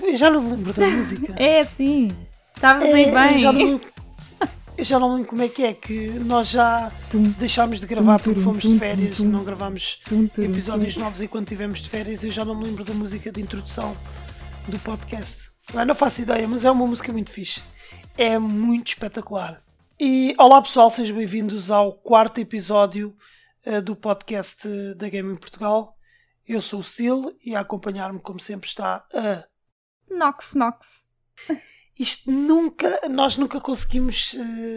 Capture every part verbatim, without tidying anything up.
Eu já não me lembro da música. É, sim. Estavas É, aí eu bem. já não me- Eu já não me lembro como é que é, que nós já Tum, deixámos de gravar tum, porque tum, fomos tum, de férias, tum, não gravámos tum, tum, episódios tum. novos enquanto estivemos de férias. Eu já não me lembro da música de introdução do podcast. Eu não faço ideia, mas é uma música muito fixe. É muito espetacular. E olá pessoal, sejam bem-vindos ao quarto episódio uh, do podcast uh, da Gaming Portugal. Eu sou o Steel e a acompanhar-me, como sempre, está a... Nox, Nox. Isto nunca, nós nunca conseguimos uh,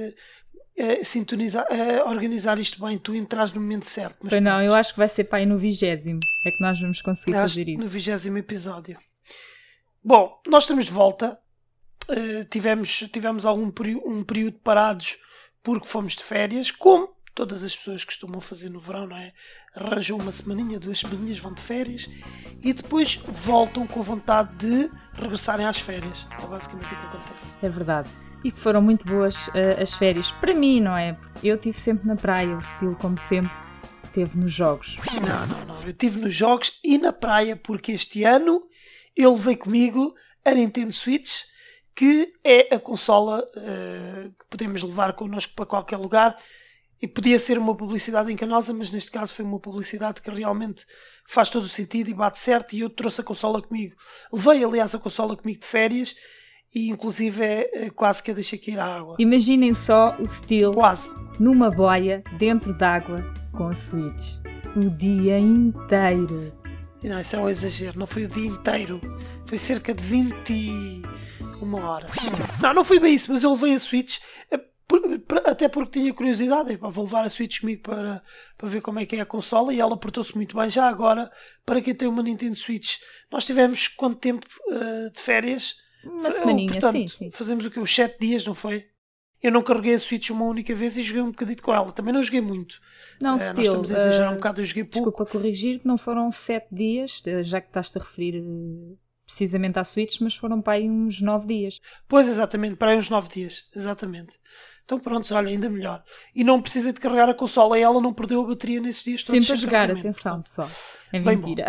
uh, sintonizar, uh, organizar isto bem. Tu entras no momento certo. Mas Pois não, pronto. eu acho que vai ser para aí no vigésimo. É que nós vamos conseguir Acho fazer que isso. no vigésimo episódio. Bom, nós estamos de volta. Uh, tivemos, tivemos algum peri- um período parados porque fomos de férias, como todas as pessoas costumam fazer no verão, não é? Arranjam uma semaninha, duas semaninhas, vão de férias e depois voltam com vontade de regressarem às férias. É basicamente o que acontece. É verdade. E que foram muito boas uh, as férias. Para mim, não é? Porque eu estive sempre na praia, o Steel, como sempre, esteve nos jogos. Não, não, não. Eu estive nos jogos e na praia porque este ano eu levei comigo a Nintendo Switch, que é a consola uh, que podemos levar connosco para qualquer lugar. E podia ser uma publicidade enganosa, mas neste caso foi uma publicidade que realmente faz todo o sentido e bate certo. E eu trouxe a consola comigo. Levei, aliás, a consola comigo de férias e, inclusive, é, é quase que a deixei cair à água. Imaginem só o Steel Quase. numa boia, dentro d'água, com a Switch. O dia inteiro. E não, isso é um exagero. Não foi o dia inteiro. Foi cerca de vinte e uma horas. Não, não foi bem isso, mas eu levei a Switch... Por, por, até porque tinha curiosidade, e, pá, vou levar a Switch comigo para, para ver como é que é a consola e ela portou-se muito bem. Já agora, para quem tem uma Nintendo Switch, nós tivemos quanto tempo uh, de férias? Uma Foi, semaninha, portanto, sim, sim. Fazemos o que? Os sete dias, não foi? Eu não carreguei a Switch uma única vez e joguei um bocadinho com ela. Também não joguei muito. Não, uh, Steel, nós estamos a exagerar uh, um bocado, eu joguei pouco. Desculpa corrigir-te, não foram sete dias, já que estás-te a referir uh, precisamente à Switch, mas foram para aí uns nove dias. Pois, exatamente, para aí uns nove dias, exatamente. Então pronto, olha, ainda melhor. E não precisa de carregar a consola e ela não perdeu a bateria nesses dias todos. Sempre a sem jogar, carregamento, atenção, portanto. pessoal. É Bem mentira.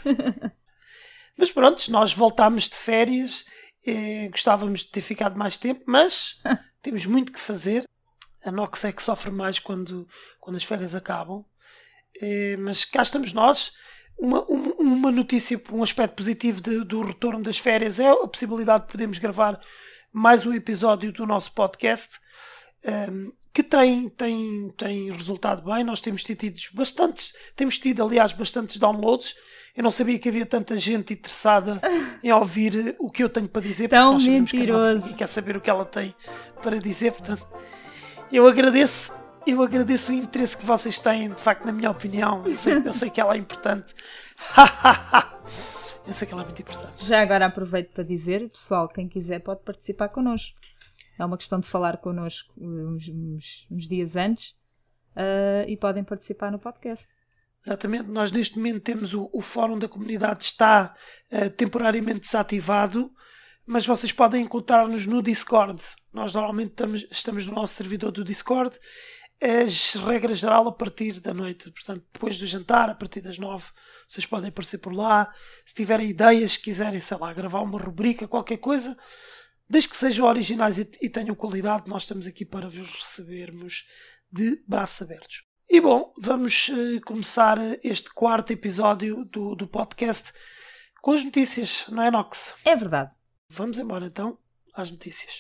Mas pronto, nós voltámos de férias, eh, gostávamos de ter ficado mais tempo, mas temos muito que fazer. A Nox é que sofre mais quando, quando as férias acabam. Eh, mas cá estamos nós. Uma, uma, uma notícia, um aspecto positivo de, do retorno das férias é a possibilidade de podermos gravar mais um episódio do nosso podcast. Um, que tem, tem, tem resultado bem. Nós temos tido bastantes, temos tido aliás bastantes downloads. Eu não sabia que havia tanta gente interessada em ouvir o que eu tenho para dizer. Tão porque nós sabemos mentiroso. que a Nox ninguém quer saber o que ela tem para dizer. Portanto, eu agradeço, eu agradeço o interesse que vocês têm, de facto, na minha opinião. Eu sei, eu sei que ela é importante. Eu sei que ela é muito importante. Já agora aproveito para dizer, pessoal, quem quiser pode participar connosco. É uma questão de falar connosco uns, uns, uns dias antes uh, e podem participar no podcast. Exatamente, nós neste momento temos o, o fórum da comunidade está uh, temporariamente desativado, mas vocês podem encontrar-nos no Discord. Nós normalmente estamos, estamos no nosso servidor do Discord, as regras geral a partir da noite, portanto depois do jantar, a partir das nove, vocês podem aparecer por lá. Se tiverem ideias, se quiserem, sei lá, gravar uma rubrica, qualquer coisa, desde que sejam originais e, e tenham qualidade, nós estamos aqui para vos recebermos de braços abertos. E bom, vamos uh, começar este quarto episódio do, do podcast com as notícias, não é, Nox? É verdade. Vamos embora então às notícias.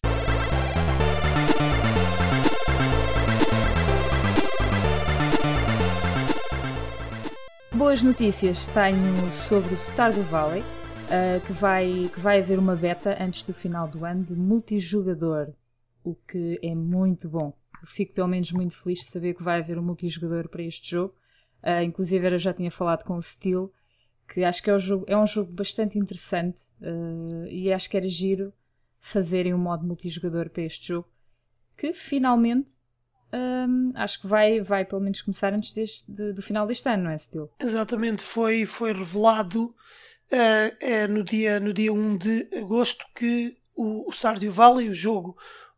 Boas notícias tenho sobre o Stardew Valley, uh, que, vai, que vai haver uma beta antes do final do ano de multijogador, o que é muito bom. Eu fico pelo menos muito feliz de saber que vai haver um multijogador para este jogo. Uh, inclusive eu já tinha falado com o Steel, que acho que é um jogo, é um jogo bastante interessante uh, e acho que era giro fazerem um modo multijogador para este jogo, que finalmente um, acho que vai, vai pelo menos começar antes deste, de, do final deste ano, não é, Steel? Exatamente, foi, foi revelado uh, é no dia, no dia um de agosto que o, o Stardew Valley, o jogo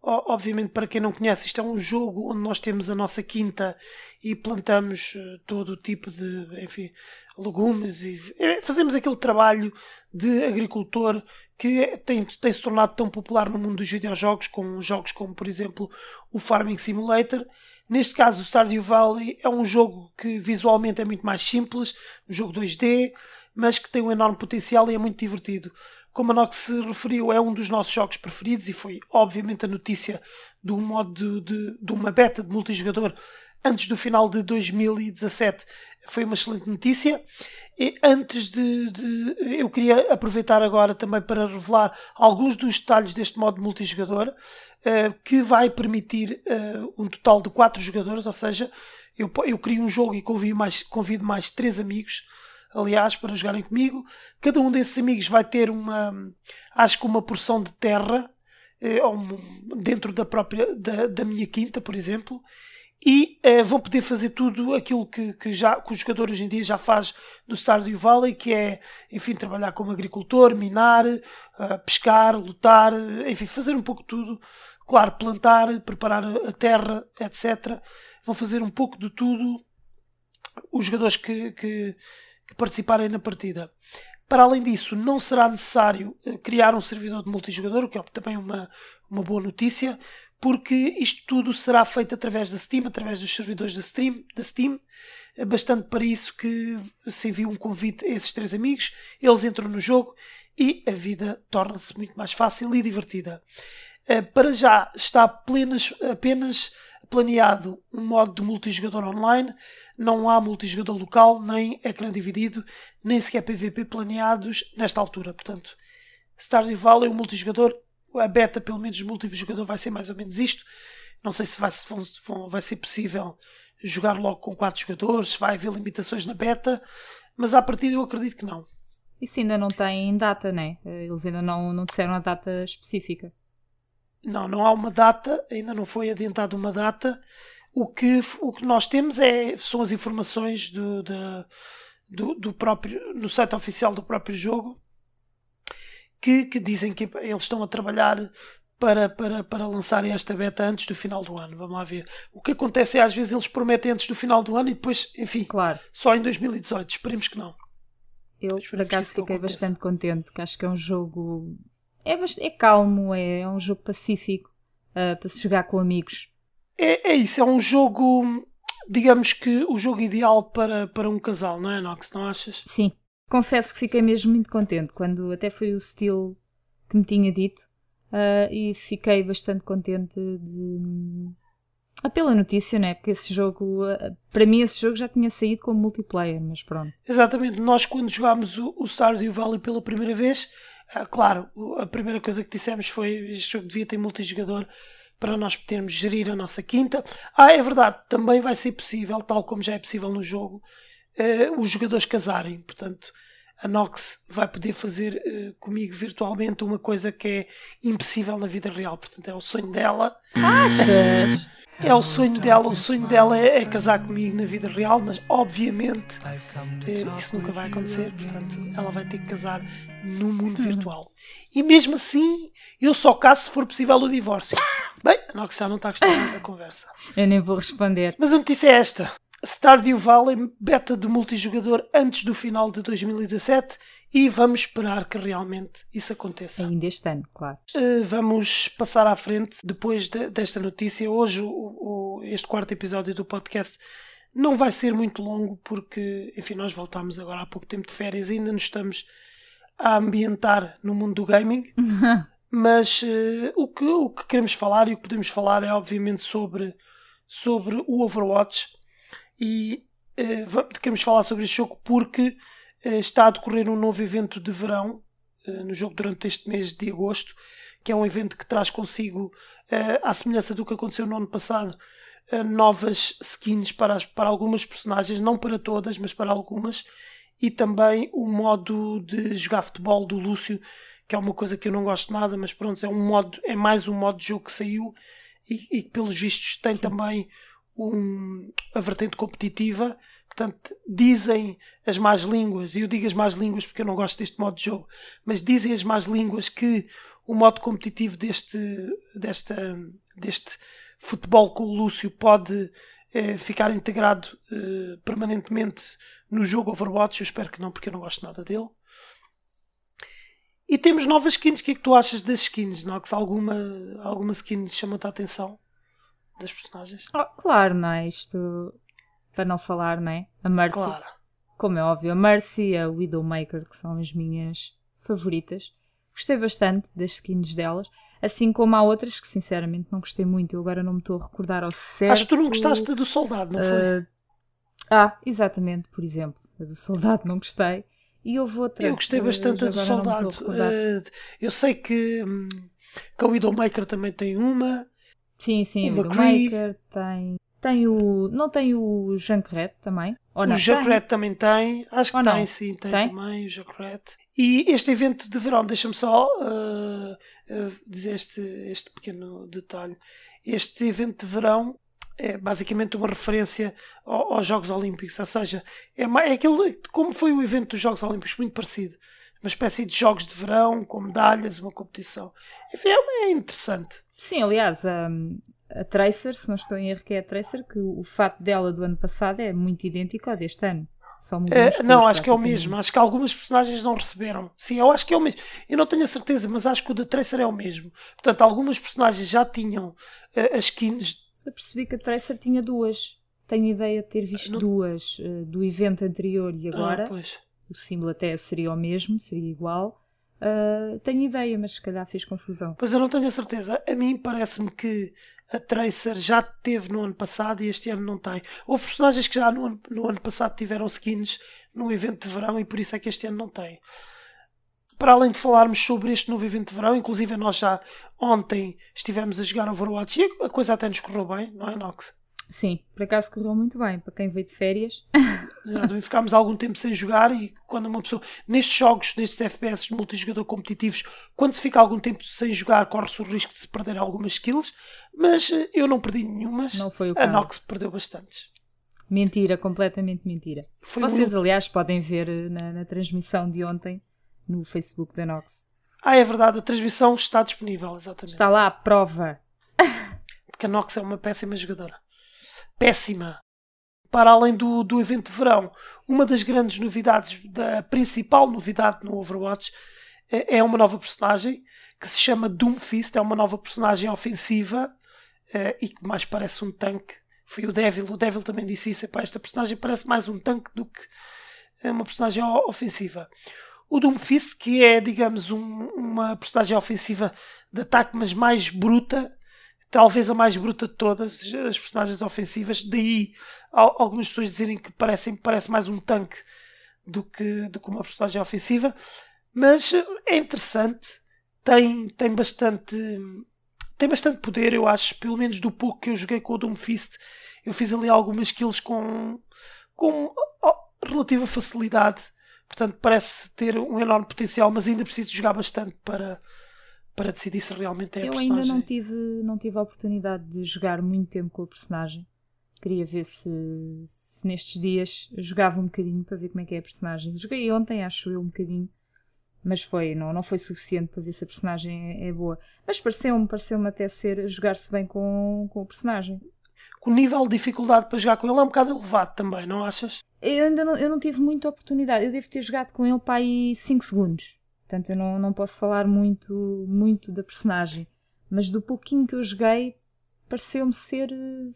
Obviamente, para quem não conhece, isto é um jogo onde nós temos a nossa quinta e plantamos uh, todo o tipo de, enfim, legumes e é, fazemos aquele trabalho de agricultor que tem, tem se tornado tão popular no mundo dos videojogos, com jogos como, por exemplo, o Farming Simulator. Neste caso, o Stardew Valley é um jogo que visualmente é muito mais simples, um jogo dois D, mas que tem um enorme potencial e é muito divertido. Como a Nox se referiu, é um dos nossos jogos preferidos e foi, obviamente, a notícia de um modo de, de, de uma beta de multijogador antes do final de dois mil e dezassete. Foi uma excelente notícia. E antes de, de... Eu queria aproveitar agora também para revelar alguns dos detalhes deste modo multijogador, uh, que vai permitir uh, um total de quatro jogadores, ou seja, eu, eu crio um jogo e convido mais, convido mais três amigos, aliás, para jogarem comigo. Cada um desses amigos vai ter uma, acho que uma porção de terra eh, dentro da própria da, da minha quinta, por exemplo, e eh, vão poder fazer tudo aquilo que, que, já, que o jogador hoje em dia já faz no Stardew Valley, que é, enfim, trabalhar como agricultor, minar, uh, pescar, lutar, enfim, fazer um pouco tudo. Claro, plantar, preparar a terra, etcétera. Vão fazer um pouco de tudo os jogadores que, que que participarem na partida. Para além disso, não será necessário criar um servidor de multijogador, o que é também uma, uma boa notícia, porque isto tudo será feito através da Steam, através dos servidores da Steam, da Steam. É bastante para isso que se envia um convite a esses três amigos, eles entram no jogo e a vida torna-se muito mais fácil e divertida. Para já está apenas, apenas planeado um modo de multijogador online. Não há multijogador local, nem ecrã dividido, nem sequer P V P planeados nesta altura. Portanto, Stardew Valley, o multijogador, a beta pelo menos do multijogador vai ser mais ou menos isto. Não sei se vai, se vai ser possível jogar logo com quatro jogadores, se vai haver limitações na beta, mas à partida eu acredito que não. Isso ainda não tem data, não é? Eles ainda não, não disseram a data específica. Não, não há uma data, ainda não foi adiantada uma data. O que, o que nós temos é, são as informações do, do, do, do próprio, no site oficial do próprio jogo, que, que dizem que eles estão a trabalhar para, para, para lançar esta beta antes do final do ano. Vamos lá ver. O que acontece é, às vezes, eles prometem antes do final do ano e depois, enfim, claro, só em dois mil e dezoito. Esperemos que não. Eu, por acaso, fiquei bastante contente, que acho que é um jogo... É, é calmo, é, é um jogo pacífico, uh, para se jogar com amigos. É, é isso, é um jogo, digamos que o jogo ideal para, para um casal, não é, Nox? Não achas? Sim, confesso que fiquei mesmo muito contente, quando até foi o Steel que me tinha dito, uh, e fiquei bastante contente de... Ah, pela notícia, não é? Porque esse jogo, uh, para mim esse jogo já tinha saído como multiplayer, mas pronto. Exatamente, nós quando jogámos o, o Stardew Valley pela primeira vez, uh, claro, a primeira coisa que dissemos foi que este jogo devia ter multijogador, para nós podermos gerir a nossa quinta. Ah, é verdade, também vai ser possível, tal como já é possível no jogo, uh, os jogadores casarem. Portanto, a Nox vai poder fazer uh, comigo virtualmente uma coisa que é impossível na vida real. Portanto, é o sonho dela. Achas? É o sonho dela. O sonho dela é, é casar comigo na vida real, mas obviamente uh, isso nunca vai acontecer. Portanto, ela vai ter que casar no mundo virtual. E mesmo assim, eu só caso se for possível o divórcio. Bem, a Nox já não está a gostar da conversa. Eu nem vou responder. Mas a notícia é esta. Stardew Valley, beta de multijogador antes do final de dois mil e dezassete, e vamos esperar que realmente isso aconteça. Ainda este ano, claro. Uh, vamos passar à frente depois de, desta notícia. Hoje, o, o, este quarto episódio do podcast não vai ser muito longo, porque, enfim, nós voltámos agora há pouco tempo de férias, ainda nos estamos a ambientar no mundo do gaming. Mas uh, o, que, o que queremos falar e o que podemos falar é obviamente sobre, sobre o Overwatch, e uh, queremos falar sobre este jogo porque uh, está a decorrer um novo evento de verão uh, no jogo durante este mês de agosto, que é um evento que traz consigo, uh, à semelhança do que aconteceu no ano passado, uh, novas skins para, as, para algumas personagens, não para todas, mas para algumas, e também o modo de jogar futebol do Lúcio, que é uma coisa que eu não gosto nada, mas pronto, é, um modo, é mais um modo de jogo que saiu e, e que pelos vistos tem Sim. também um, a vertente competitiva. Portanto, dizem as más línguas, e eu digo as más línguas porque eu não gosto deste modo de jogo, mas dizem as más línguas que o modo competitivo deste, desta, deste futebol com o Lúcio pode eh, ficar integrado eh, permanentemente no jogo Overwatch. Eu espero que não, porque eu não gosto nada dele. E temos novas skins. O que é que tu achas das skins, Nox? Alguma, alguma skin chamou-te a atenção das personagens? Oh, claro, não é? Isto, para não falar, não é? A Mercy, Claro. como é óbvio, a Mercy e a Widowmaker, que são as minhas favoritas. Gostei bastante das skins delas, assim como há outras que sinceramente não gostei muito. Eu agora não me estou a recordar ao certo. Acho que tu não gostaste do Soldado, não foi? Uh, ah, exatamente, por exemplo. A do Soldado não gostei. E houve outra. Eu gostei bastante da do Soldado. Uh, eu sei que, hum, que a Widowmaker também tem uma. Sim, sim, o o Widowmaker tem. Tem o. Não tem o Junkrat também? Ou não? O Junkrat também tem. Acho que Ou tem, não? sim, tem, Tem? também o Junkrat. E este evento de verão, deixa-me só uh, uh, dizer este, este pequeno detalhe. Este evento de verão é basicamente uma referência ao, aos Jogos Olímpicos, ou seja, é, ma- é aquele, como foi o evento dos Jogos Olímpicos, muito parecido. Uma espécie de jogos de verão, com medalhas, uma competição. Enfim, é, é interessante. Sim, aliás, a, a Tracer, se não estou em erro, que é a Tracer, que o, o fato dela do ano passado é muito idêntico ao deste ano. Só mudam Eh, as cores, não, acho que é o praticamente. mesmo. Acho que algumas personagens não receberam. Sim, eu acho que é o mesmo. Eu não tenho a certeza, mas acho que o da Tracer é o mesmo. Portanto, algumas personagens já tinham eh, as skins. Eu percebi que a Tracer tinha duas. Tenho ideia de ter visto Não- duas uh, do evento anterior e agora. Ah, pois. O símbolo até seria o mesmo, seria igual. Uh, tenho ideia, mas se calhar fiz confusão. Pois eu não tenho a certeza. A mim parece-me que a Tracer já teve no ano passado e este ano não tem. Houve personagens que já no ano, no ano passado tiveram skins num evento de verão e por isso é que este ano não tem. Para além de falarmos sobre este novo evento de verão, inclusive nós já ontem estivemos a jogar Overwatch e a coisa até nos correu bem, não é, Nox? Sim, por acaso correu muito bem. Para quem veio de férias. Já também ficámos algum tempo sem jogar e quando uma pessoa, nestes jogos, nestes F P S multijogador competitivos, quando se fica algum tempo sem jogar, corre-se o risco de se perder algumas skills, mas eh, eu não perdi nenhumas. Não foi o A caso. Nox perdeu bastantes. Mentira, completamente mentira. Foi Vocês, um- aliás, podem ver uh, na, na transmissão de ontem no Facebook da Nox. Ah, é verdade, a transmissão está disponível, exatamente. Está lá a prova. Porque a Nox é uma péssima jogadora. Péssima. Para além do, do evento de verão, uma das grandes novidades, da principal novidade no Overwatch, é, é uma nova personagem que se chama Doomfist. É uma nova personagem ofensiva eh, e que mais parece um tanque. Foi o Devil. O Devil também disse isso. Epá, esta personagem parece mais um tanque do que uma personagem o- ofensiva. O Doomfist, que é, digamos, um- uma personagem ofensiva de ataque, mas mais bruta, talvez a mais bruta de todas as personagens ofensivas. Daí al- algumas pessoas dizerem que parecem, parece mais um tanque do que, do que uma personagem ofensiva. Mas eh, é interessante, tem, tem, bastante, tem bastante poder, eu acho, pelo menos do pouco que eu joguei com o Doomfist. Eu fiz ali algumas kills com, com oh, relativa facilidade. Portanto, parece ter um enorme potencial, mas ainda preciso jogar bastante para, para decidir se realmente é a Eu personagem. ainda não tive, não tive a oportunidade de jogar muito tempo com a personagem. Queria ver se, se nestes dias jogava um bocadinho para ver como é que é a personagem. Joguei ontem, acho eu, um bocadinho. Mas foi, não, não foi suficiente para ver se a personagem é, é boa. Mas pareceu-me, pareceu-me até ser jogar-se bem com, com o personagem. O nível de dificuldade para jogar com ele é um bocado elevado também, não achas? Eu ainda não, eu não tive muita oportunidade. Eu devo ter jogado com ele para aí cinco segundos. Portanto, eu não, não posso falar muito, muito da personagem. Mas do pouquinho que eu joguei, pareceu-me ser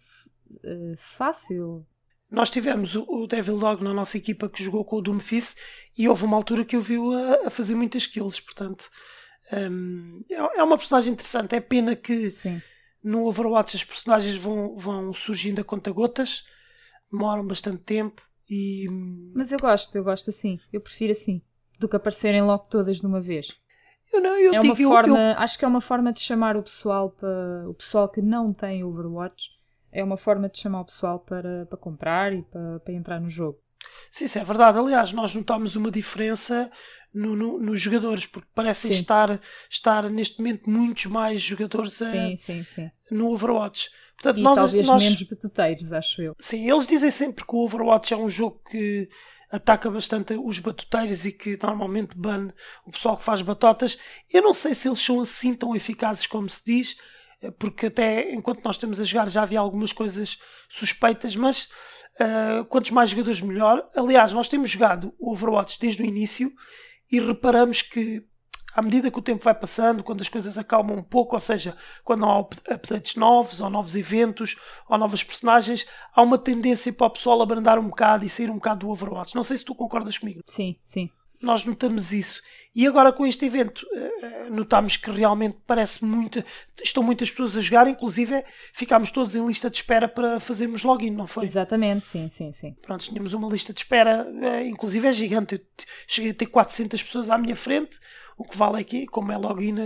uh, fácil. Nós tivemos o, o Devil Dog na nossa equipa que jogou com o Doomfist e houve uma altura que eu vi-o a, a fazer muitas kills. Portanto, hum, é, é uma personagem interessante. É pena que Sim. no Overwatch as personagens vão, vão surgindo a conta-gotas, demoram bastante tempo e... Mas eu gosto, eu gosto assim. Eu prefiro assim. Do que aparecerem logo todas de uma vez. Eu não, eu é digo, uma eu- forma, eu- acho que é uma forma de chamar o pessoal para o pessoal que não tem Overwatch. É uma forma de chamar o pessoal para, para comprar e para, para entrar no jogo. Sim, isso é verdade. Aliás, nós notamos uma diferença no- no- nos jogadores, porque parecem Sim. estar, estar neste momento muitos mais jogadores a- Sim, sim, sim. no Overwatch. Portanto, E nós, talvez nós- menos batuteiros, acho eu. sim, eles dizem sempre que o Overwatch é um jogo que ataca bastante os batuteiros e que normalmente bane o pessoal que faz batotas. Eu não sei se eles são assim tão eficazes como se diz, porque até enquanto nós estamos a jogar já havia algumas coisas suspeitas, mas uh, quantos mais jogadores melhor. Aliás, nós temos jogado o Overwatch desde o início e reparamos que à medida que o tempo vai passando, quando as coisas acalmam um pouco, ou seja, quando há updates novos, ou novos eventos, ou novas personagens, há uma tendência para o pessoal abrandar um bocado e sair um bocado do Overwatch. Não sei se tu concordas comigo. Sim, sim. Nós notamos isso. E agora com este evento, notamos que realmente parece muito... Estão muitas pessoas a jogar, inclusive ficámos todos em lista de espera para fazermos login, não foi? Exatamente, sim, sim, sim. Pronto, tínhamos uma lista de espera, inclusive é gigante. Eu cheguei a ter quatrocentas pessoas à minha frente, o que vale é que, como é login,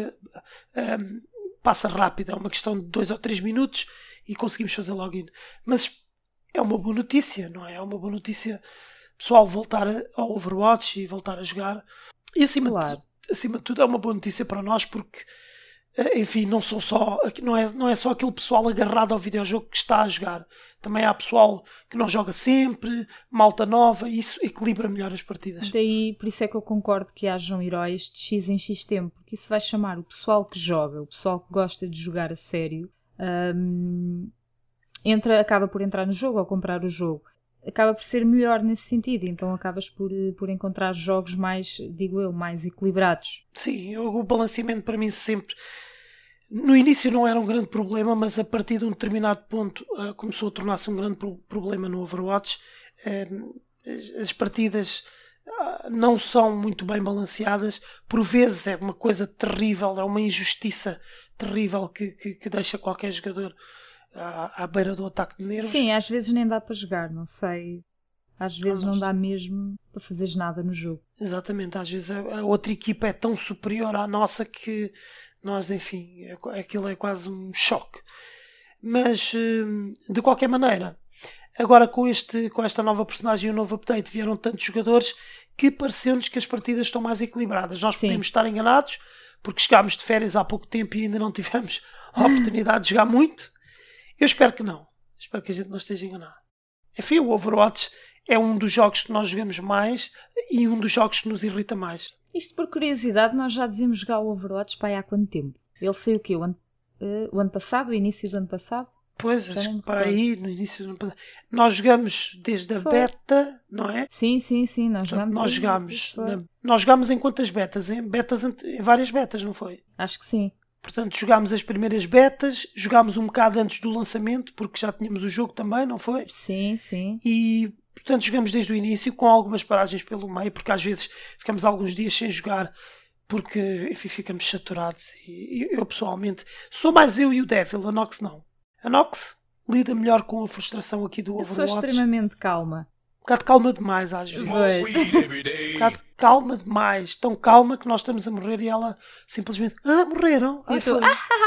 um, passa rápido. É uma questão de dois ou três minutos e conseguimos fazer login. Mas é uma boa notícia, não é? É uma boa notícia pessoal voltar ao Overwatch e voltar a jogar. E acima, claro. de, acima de tudo é uma boa notícia para nós porque, enfim, não, sou só, não, é, não é só aquele pessoal agarrado ao videojogo que está a jogar. Também há pessoal que não joga sempre, malta nova, e isso equilibra melhor as partidas. Daí, por isso é que eu concordo que hajam heróis de X em X tempo, porque isso vai chamar o pessoal que joga, o pessoal que gosta de jogar a sério, hum, entra, acaba por entrar no jogo ou comprar o jogo. Acaba por ser melhor nesse sentido, então acabas por, por encontrar jogos mais, digo eu, mais equilibrados. Sim, o balanceamento para mim sempre... No início não era um grande problema, mas a partir de um determinado ponto uh, começou a tornar-se um grande pro- problema no Overwatch. Uh, as, as partidas uh, não são muito bem balanceadas, por vezes é uma coisa terrível, é uma injustiça terrível que, que, que deixa qualquer jogador à, à beira do ataque de nervos. Sim, às vezes nem dá para jogar, não sei. Às vezes não, não dá mesmo para fazeres nada no jogo. Exatamente, às vezes a, a outra equipa é tão superior à nossa que nós, enfim, é, aquilo é quase um choque. Mas, de qualquer maneira, agora com, este, com esta nova personagem e o novo update vieram tantos jogadores que pareceu-nos que as partidas estão mais equilibradas. Nós Sim. podemos estar enganados, porque chegámos de férias há pouco tempo e ainda não tivemos a oportunidade de jogar muito. Eu espero que não. Espero que a gente não esteja enganado. Enfim, o Overwatch é um dos jogos que nós jogamos mais e um dos jogos que nos irrita mais. Isto por curiosidade, nós já devíamos jogar o Overwatch para aí há quanto tempo? Ele saiu o quê? O ano, uh, o ano passado? O início do ano passado? Pois, acho que para aí, no início do ano passado. Nós jogamos desde a Foi. beta, não é? Sim, sim, sim. Nós Portanto, jogamos. Nós jogamos, na, nós jogamos em quantas betas? Em, betas? em várias betas, não foi? Acho que sim. Portanto, jogámos as primeiras betas, jogámos um bocado antes do lançamento, porque já tínhamos o jogo também, não foi? Sim, sim. E, portanto, jogamos desde o início, com algumas paragens pelo meio, porque às vezes ficamos alguns dias sem jogar, porque, enfim, ficamos saturados. E eu, pessoalmente, sou mais eu e o Devil, a Nox não. A Nox lida melhor com a frustração aqui do Overwatch. Eu sou extremamente calma. Um bocado calma demais, às vezes. Um bocado calma demais. Tão calma que nós estamos a morrer e ela simplesmente... Ah, morreram. Ai, tô...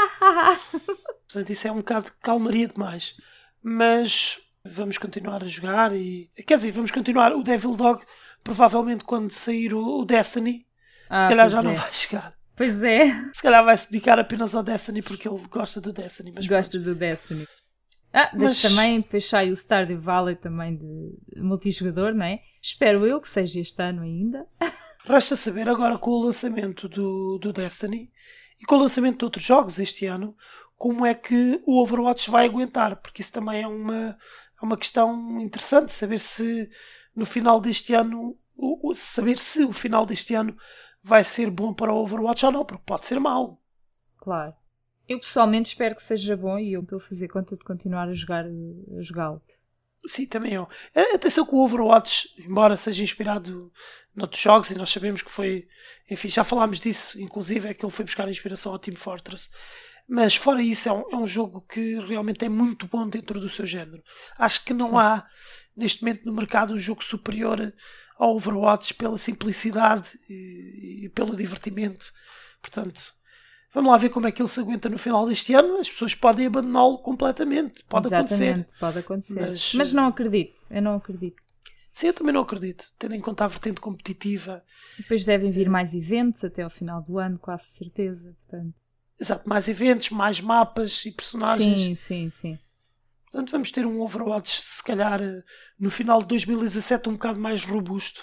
Portanto, isso é um bocado de calmaria demais. Mas vamos continuar a jogar e... Quer dizer, vamos continuar. O Devil Dog, provavelmente quando sair o Destiny, ah, se calhar já é. não vai chegar. Pois é. Se calhar vai se dedicar apenas ao Destiny porque ele gosta do Destiny. Mas gosta pronto. do Destiny. Ah, mas também depois sai o Stardew Valley também de multijogador, não é? Espero eu que seja este ano ainda. Resta saber agora com o lançamento do, do Destiny e com o lançamento de outros jogos este ano, como é que o Overwatch vai aguentar, porque isso também é uma, é uma questão interessante, saber se no final deste ano, saber se o final deste ano vai ser bom para o Overwatch ou não, porque pode ser mau. Claro. Eu pessoalmente espero que seja bom e eu estou a fazer conta de continuar a jogar a jogá-lo. Sim, também eu. Atenção que o Overwatch, embora seja inspirado noutros jogos, e nós sabemos que foi, enfim, já falámos disso, inclusive é que ele foi buscar a inspiração ao Team Fortress, mas fora isso é um, é um jogo que realmente é muito bom dentro do seu género. Acho que não Sim. há neste momento no mercado um jogo superior ao Overwatch pela simplicidade e, e pelo divertimento. Portanto, vamos lá ver como é que ele se aguenta no final deste ano. As pessoas podem abandoná-lo completamente. Pode Exatamente, acontecer. pode acontecer. Mas, Mas não acredito. Eu não acredito. Sim, eu também não acredito. Tendo em conta a vertente competitiva. Depois devem vir mais eventos até ao final do ano, quase certeza. Portanto. Exato, mais eventos, mais mapas e personagens. Sim, sim, sim. Portanto, vamos ter um Overwatch, se calhar, no final de dois mil e dezassete um bocado mais robusto.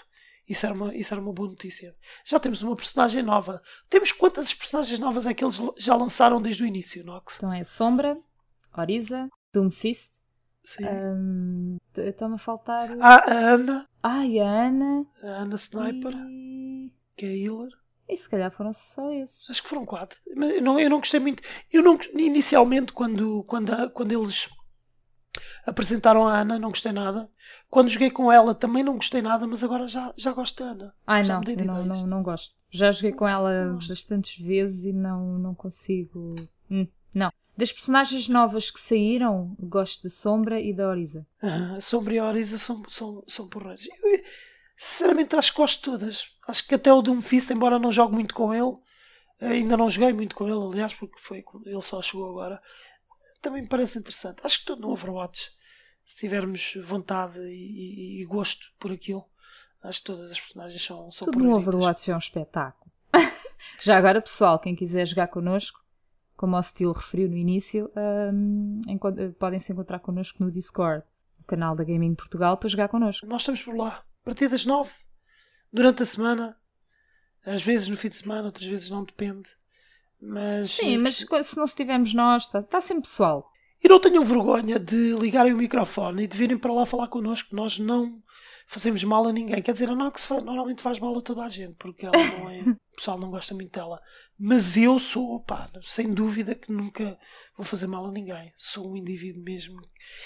Isso era, uma, isso era uma boa notícia. Já temos uma personagem nova. Temos quantas personagens novas é que eles já lançaram desde o início, Nox? Então é Sombra, Oriza, Doomfist. Sim. Um, Estão-me a faltar. Ah, a Ana. Ai, a Ana. A Ana Sniper. E... Que é a healer. e se calhar foram só esses. Acho que foram quatro. Mas eu não, eu não gostei muito. Eu não, inicialmente, quando, quando, quando eles apresentaram a Ana, não gostei nada. Quando joguei com ela, também não gostei nada, mas agora já, já gosto da Ana. Ai, já não, eu não, não, não gosto. Já joguei com ela bastantes vezes e não, não consigo. Hum, não. Das personagens novas que saíram, gosto da Sombra e da Oriza. Uh, a Sombra e a Oriza são, são, são porreiros. Eu, sinceramente, acho que gosto de todas. Acho que até o Doomfist, embora não jogue muito com ele, ainda não joguei muito com ele, aliás, porque foi, ele só chegou agora, também me parece interessante. Acho que tudo no Overwatch, se tivermos vontade e, e, e gosto por aquilo, acho que todas as personagens são, são tudo no Overwatch é um espetáculo. Já agora, pessoal, quem quiser jogar connosco, como o Steel referiu no início, um, podem se encontrar connosco no Discord, no canal da Gaming Portugal, para jogar connosco. Nós estamos por lá, a partir das nove, durante a semana, às vezes no fim de semana, outras vezes não, depende. Mas, sim, mas se não estivermos nós, está, está sempre pessoal. E não tenham vergonha de ligarem o microfone e de virem para lá falar connosco. Nós não fazemos mal a ninguém. Quer dizer, a Nox normalmente faz mal a toda a gente, porque ela não é, o pessoal não gosta muito dela. Mas eu sou, pá, sem dúvida que nunca vou fazer mal a ninguém. Sou um indivíduo mesmo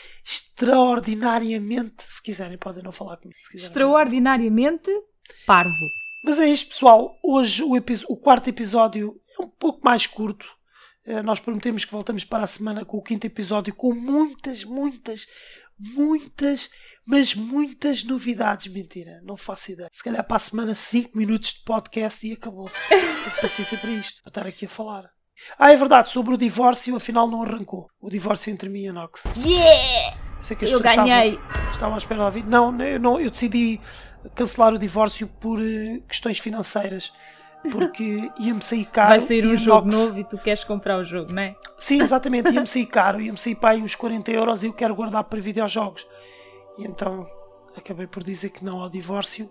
extraordinariamente, se quiserem podem não falar comigo. Extraordinariamente parvo. Mas é isto, pessoal. Hoje o, o quarto episódio é um pouco mais curto. Nós prometemos que voltamos para a semana com o quinto episódio, com muitas, muitas, muitas, mas muitas novidades. Mentira, não faço ideia. Se calhar para a semana cinco minutos de podcast e acabou-se. Tenho paciência para isto, para estar aqui a falar. Ah, é verdade, sobre o divórcio, afinal não arrancou. O divórcio entre mim e a Nox. Yeah! Sei que as eu ganhei! Estavam, estavam à espera de ouvir. Não, eu, não, eu decidi cancelar o divórcio por uh, questões financeiras. Porque ia-me sair caro. Vai sair um jogo Nox... novo e tu queres comprar o jogo, não é? Sim, exatamente. Ia-me sair caro. Ia-me sair para aí uns quarenta euros e eu quero guardar para videojogos. E então acabei por dizer que não ao divórcio.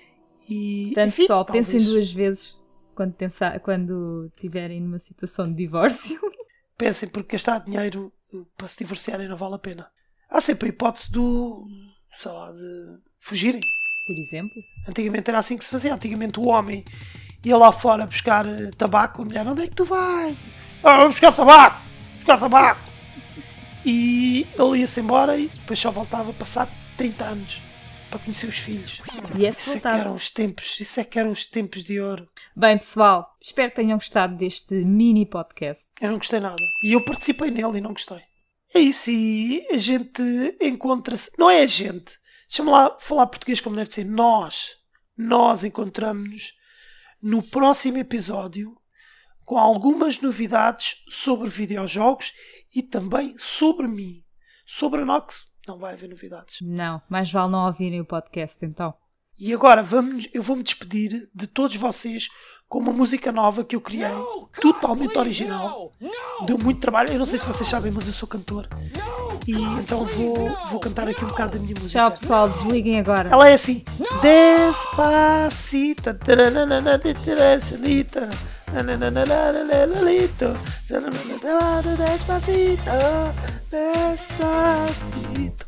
E, Portanto, enfim, pessoal, talvez... pensem duas vezes quando, pensar, quando tiverem numa situação de divórcio. Pensem, porque gastar dinheiro para se divorciarem não vale a pena. Há sempre a hipótese do... sei lá, de fugirem. Por exemplo? Antigamente era assim que se fazia. Antigamente o homem... ia lá fora buscar uh, tabaco, a mulher, onde é que tu vais? Ah, vou buscar tabaco! Buscar tabaco! E ele ia-se embora e depois só voltava a passar trinta anos para conhecer os filhos. E isso é que eram os tempos, isso é que eram os tempos de ouro. Bem, pessoal, espero que tenham gostado deste mini podcast. Eu não gostei nada. E eu participei nele e não gostei. É isso, e a gente encontra-se... não é a gente. Deixa-me lá falar português como deve ser. Nós. Nós encontramos-nos no próximo episódio com algumas novidades sobre videojogos e também sobre mim. Sobre a Nox não vai haver novidades. Não, mais vale não ouvirem o podcast então. E agora vamos, eu vou-me despedir de todos vocês com uma música nova que eu criei, no, totalmente original. No, no. Deu muito trabalho, eu não sei se vocês sabem, mas eu sou cantor. E então vou, vou cantar aqui um bocado da minha música. Tchau pessoal, desliguem agora. Ela é assim. Despacita, Despacita, Despacito, Despacito.